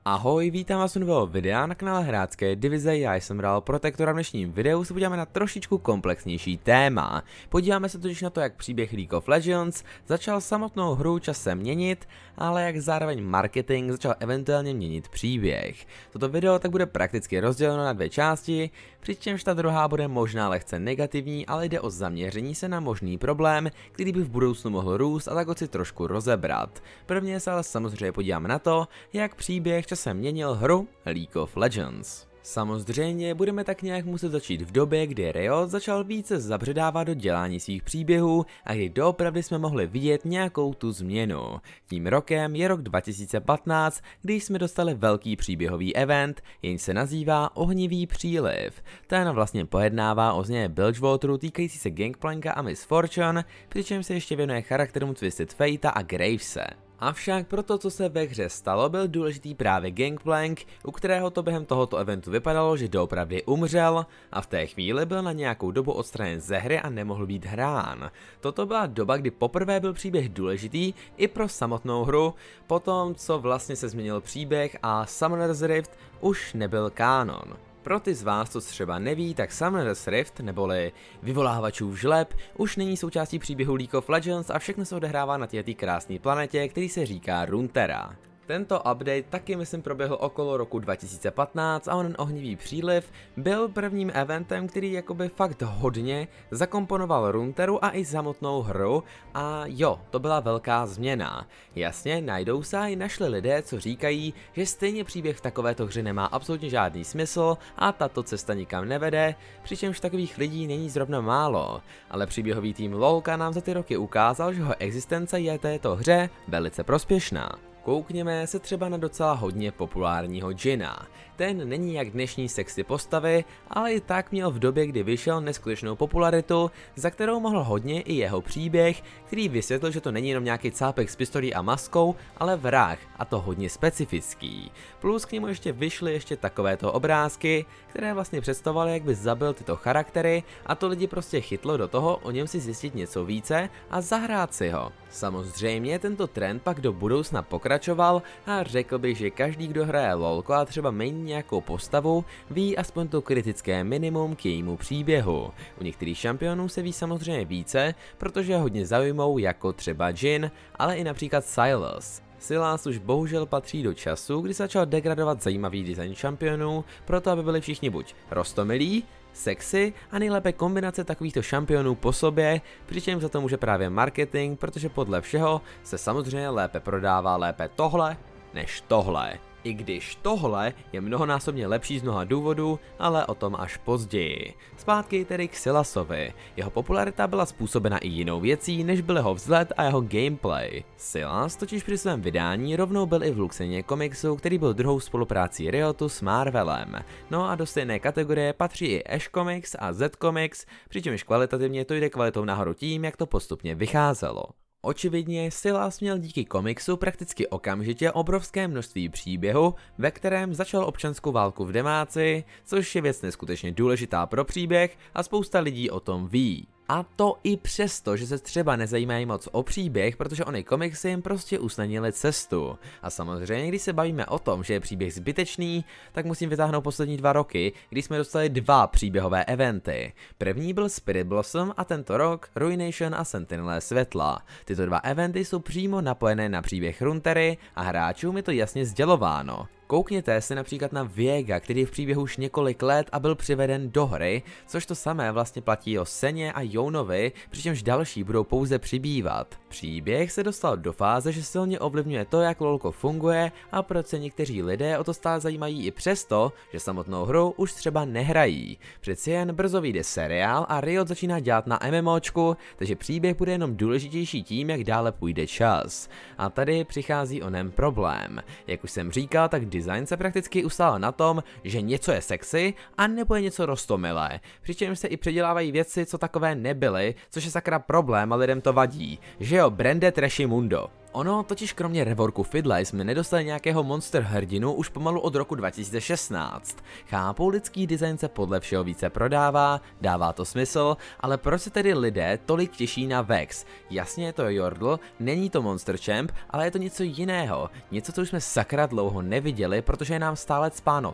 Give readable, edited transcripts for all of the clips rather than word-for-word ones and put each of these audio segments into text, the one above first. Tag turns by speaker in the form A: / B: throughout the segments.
A: Ahoj, vítám vás u nového videa na kanále Hráčské divize, já jsem Ral Protektor a v dnešním videu se podíváme na trošičku komplexnější téma. Podíváme se totiž na to, jak příběh League of Legends začal samotnou hru časem měnit, ale jak zároveň marketing začal eventuálně měnit příběh. Toto video tak bude prakticky rozděleno na dvě části, přičemž ta druhá bude možná lehce negativní, ale jde o zaměření se na možný problém, který by v budoucnu mohl růst a tak ho si trošku rozebrat. Prvně se ale samozřejmě podíváme na to, jak příběh časem měnil hru League of Legends. Samozřejmě budeme tak nějak muset začít v době, kdy Riot začal více zabředávat do dělání svých příběhů a kdy doopravdy jsme mohli vidět nějakou tu změnu. Tím rokem je rok 2015, kdy jsme dostali velký příběhový event, jenž se nazývá Ohnivý příliv. Ten vlastně pojednává o změně Bilgewateru týkající se Gangplanka a Miss Fortune, přičemž se ještě věnuje charakterům Twisted Fatea a Gravese. Avšak pro to, co se ve hře stalo, byl důležitý právě Gangplank, u kterého to během tohoto eventu vypadalo, že doopravdy umřel a v té chvíli byl na nějakou dobu odstraněn ze hry a nemohl být hrán. Toto byla doba, kdy poprvé byl příběh důležitý i pro samotnou hru, potom co vlastně se změnil příběh a Summoner's Rift už nebyl kánon. Pro ty z vás, co třeba neví, tak Summoner's Rift, neboli vyvolávačův žleb, už není součástí příběhu League of Legends a všechno se odehrává na této krásné planetě, který se říká Runeterra. Tento update taky myslím proběhl okolo roku 2015 a onen Ohnivý příliv byl prvním eventem, který jakoby fakt hodně zakomponoval Runeterru a i samotnou hru a jo, to byla velká změna. Jasně, najdou se a i našli lidé, co říkají, že stejně příběh v takovéto hře nemá absolutně žádný smysl a tato cesta nikam nevede, přičemž takových lidí není zrovna málo, ale příběhový tým LoLka nám za ty roky ukázal, že jeho existence je této hře velice prospěšná. Koukněme se třeba na docela hodně populárního Jinna. Ten není jak dnešní sexy postavy, ale i tak měl v době, kdy vyšel, neskutečnou popularitu, za kterou mohl hodně i jeho příběh, který vysvětlil, že to není jenom nějaký cápek s pistolí a maskou, ale vrah, a to hodně specifický. Plus k němu ještě vyšly takovéto obrázky, které vlastně představovaly, jak by zabil tyto charaktery a to lidi prostě chytlo do toho o něm si zjistit něco více a zahrát si ho. Samozřejmě tento trend pak do budoucna pokračoval a řekl bych, že každý, kdo hraje LoLko a třeba mění nějakou postavu, ví aspoň to kritické minimum k jejímu příběhu. U některých šampionů se ví samozřejmě více, protože hodně zaujmou jako třeba Jhin, ale i například Sylas. Sylas už bohužel patří do času, kdy začal degradovat zajímavý design šampionů, proto aby byli všichni buď roztomilí, sexy a nejlépe kombinace takovýchto šampionů po sobě, přičemž za to může právě marketing, protože podle všeho se samozřejmě lépe prodává lépe tohle než tohle. I když tohle je mnohonásobně lepší z mnoha důvodů, ale o tom až později. Zpátky tedy k Sylasovi. Jeho popularita byla způsobena i jinou věcí, než byl jeho vzhled a jeho gameplay. Sylas totiž při svém vydání rovnou byl i v Luxeně komiksu, který byl druhou spoluprácí Riotu s Marvelem. No a do stejné kategorie patří i Ash Comics a Z Comics, přičemž kvalitativně to jde kvalitou nahoru tím, jak to postupně vycházelo. Očividně Sylas měl díky komiksu prakticky okamžitě obrovské množství příběhu, ve kterém začal občanskou válku v Demáci, což je věc neskutečně důležitá pro příběh a spousta lidí o tom ví. A to i přesto, že se třeba nezajímají moc o příběh, protože ony komiksy jim prostě usnadnily cestu. A samozřejmě, když se bavíme o tom, že je příběh zbytečný, tak musím vytáhnout poslední 2 roky, kdy jsme dostali 2 příběhové eventy. První byl Spirit Blossom a tento rok Ruination a Sentinelé světla. Tyto 2 eventy jsou přímo napojené na příběh Runeterry a hráčům je to jasně sdělováno. Koukněte se například na Viega, který je v příběhu už několik let a byl přiveden do hry, což to samé vlastně platí o Seně a Younovi, přičemž další budou pouze přibývat. Příběh se dostal do fáze, že silně ovlivňuje to, jak LoLko funguje a proč se někteří lidé o to stále zajímají i přesto, že samotnou hru už třeba nehrají. Přeci jen brzo vyjde seriál a Riot začíná dělat na MMOčku, takže příběh bude jenom důležitější tím, jak dále půjde čas. A tady přichází onen problém. Jak už jsem říkal, tak design se prakticky ustál na tom, že něco je sexy a nebo je něco roztomilé, přičemž se i předělávají věci, co takové nebyly, což je sakra problém a lidem to vadí, že jo, brande trashy mundo. Ono totiž kromě reworku Fiddla jsme nedostali nějakého monster hrdinu už pomalu od roku 2016. Chápu, lidský design se podle všeho více prodává, dává to smysl, ale proč se tedy lidé tolik těší na Vex? Jasně je to Yordle, není to Monster Champ, ale je to něco jiného. Něco, co už jsme sakra dlouho neviděli, protože je nám stále cpáno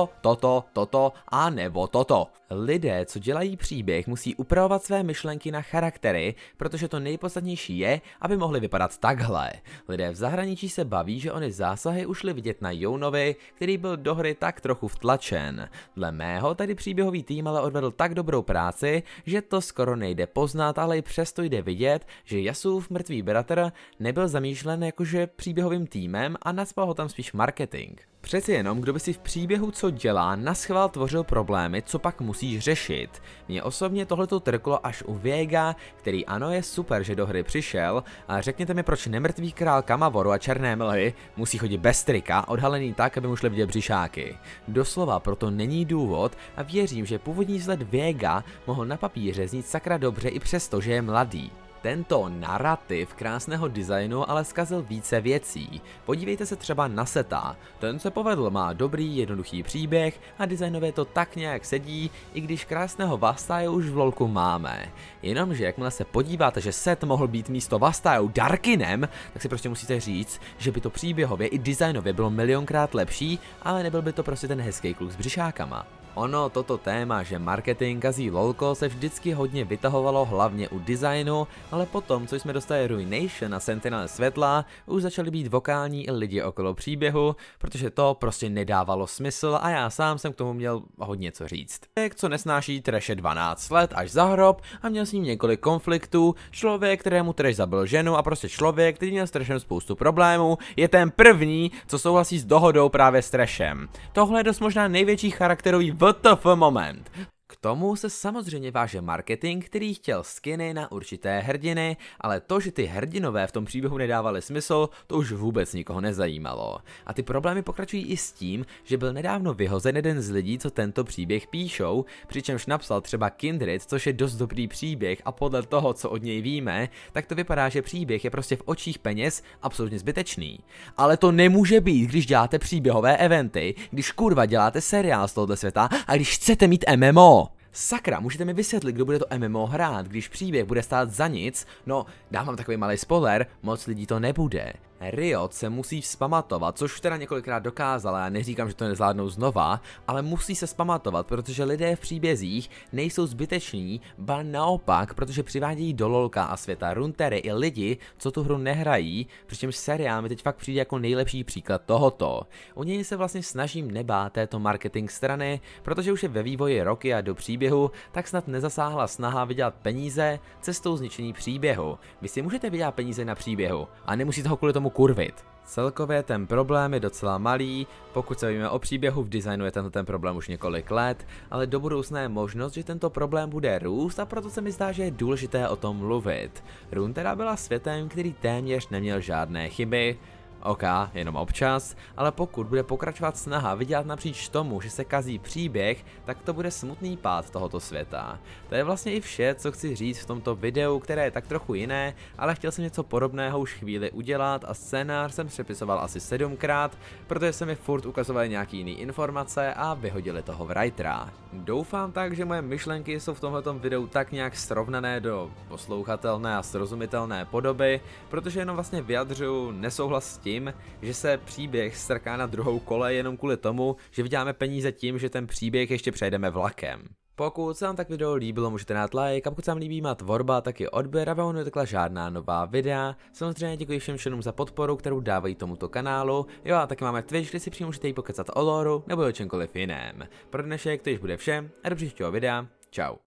A: toto a nebo toto. Lidé, co dělají příběh, musí upravovat své myšlenky na charaktery, protože to nejpodstatnější je, aby mohli vypadat takhle. Lidé v zahraničí se baví, že ony zásahy ušly vidět na Younovi, který byl do hry tak trochu vtlačen. Dle mého tady příběhový tým ale odvedl tak dobrou práci, že to skoro nejde poznat, ale i přesto jde vidět, že Yasuův mrtvý bratr nebyl zamýšlen jakože příběhovým týmem a nacpal ho tam spíš marketing. Přeci jenom, kdo by si v příběhu co dělá, naschvál tvořil problémy, co pak musíš řešit. Mně osobně tohleto trklo až u Viega, který ano je super, že do hry přišel, ale řekněte mi, proč nemrtvý král Kamavoru a černé mlhy musí chodit bez trika, odhalený tak, aby mu šly vidět břišáky. Doslova proto není důvod a věřím, že původní vzhled Viega mohl na papíře znít sakra dobře i přesto, že je mladý. Tento narrativ krásného designu ale zkazil více věcí. Podívejte se třeba na Seta. Ten se povedl, má dobrý, jednoduchý příběh a designově to tak nějak sedí, i když krásného Vastaje už v lolku máme. Jenomže jakmile se podíváte, že Set mohl být místo Vastaje Darkinem, tak si prostě musíte říct, že by to příběhově i designově bylo milionkrát lepší, ale nebyl by to prostě ten hezký kluk s břišákama. Ono, toto téma, že marketing kazí lolko, se vždycky hodně vytahovalo hlavně u designu, ale potom, co jsme dostali Ruination a Sentinel světla, už začali být vokální i lidi okolo příběhu, protože to prostě nedávalo smysl a já sám jsem k tomu měl hodně co říct. Člověk, co nesnáší Trashe 12 let až za hrob a měl s ním několik konfliktů, člověk, kterému Trash zabil ženu a prostě člověk, který měl s Trashem spoustu problémů, je ten první, co souhlasí s dohodou právě s Trashem. Tohle je dost možná největší charakterový WTF moment. K tomu se samozřejmě váže marketing, který chtěl skiny na určité hrdiny, ale to, že ty hrdinové v tom příběhu nedávali smysl, to už vůbec nikoho nezajímalo. A ty problémy pokračují i s tím, že byl nedávno vyhozen jeden z lidí, co tento příběh píšou, přičemž napsal třeba Kindred, což je dost dobrý příběh a podle toho, co od něj víme, tak to vypadá, že příběh je prostě v očích peněz absolutně zbytečný. Ale to nemůže být, když děláte příběhové eventy, když kurva děláte seriál z tohoto světa a když chcete mít MMO. Sakra, můžete mi vysvětlit, kdo bude to MMO hrát, když příběh bude stát za nic? No, dávám takový malý spoiler, moc lidí to nebude. Riot se musí vzpamatovat, což teda několikrát dokázala, já neříkám, že to nezvládnou znova, ale musí se vzpamatovat, protože lidé v příbězích nejsou zbyteční, ba naopak, protože přivádějí do lolka a světa runtery i lidi, co tu hru nehrají, přičemž seriál mi teď fakt přijde jako nejlepší příklad tohoto. U něj se vlastně snažím nebát této marketing strany, protože už je ve vývoji roky a do příběhu, tak snad nezasáhla snaha vydělat peníze cestou zničení příběhu. Vy si můžete vydělat peníze na příběhu a nemusíte ho kvůli tomu kurvit. Celkově ten problém je docela malý, pokud se bavíme o příběhu, v designu je ten problém už několik let, ale do budoucna je možnost, že tento problém bude růst a proto se mi zdá, že je důležité o tom mluvit. Runeterra byla světem, který téměř neměl žádné chyby, OK, jenom občas, ale pokud bude pokračovat snaha vydělat napříč tomu, že se kazí příběh, tak to bude smutný pád tohoto světa. To je vlastně i vše, co chci říct v tomto videu, které je tak trochu jiné, ale chtěl jsem něco podobného už chvíli udělat a scénář jsem přepisoval asi 7krát, protože se mi furt ukazovaly nějaký jiný informace a vyhodili toho writera. Doufám tak, že moje myšlenky jsou v tomhletom videu tak nějak srovnané do poslouchatelné a srozumitelné podoby, protože jenom vlastně vyjadřuju nesouhlas s tím, že se příběh strká na druhou kole jenom kvůli tomu, že vyděláme peníze tím, že ten příběh ještě přejdeme vlakem. Pokud se vám tak video líbilo, můžete dát like a pokud se vám líbí má tvorba, tak i odběr, aby vám netekla žádná nová videa. Samozřejmě děkuji všem členům za podporu, kterou dávají tomuto kanálu. Jo a taky máme Twitch, kde si přímo můžete jí pokecat o loru nebo o čemkoliv jiném. Pro dnešek to již bude vše a do příštího videa. Čau.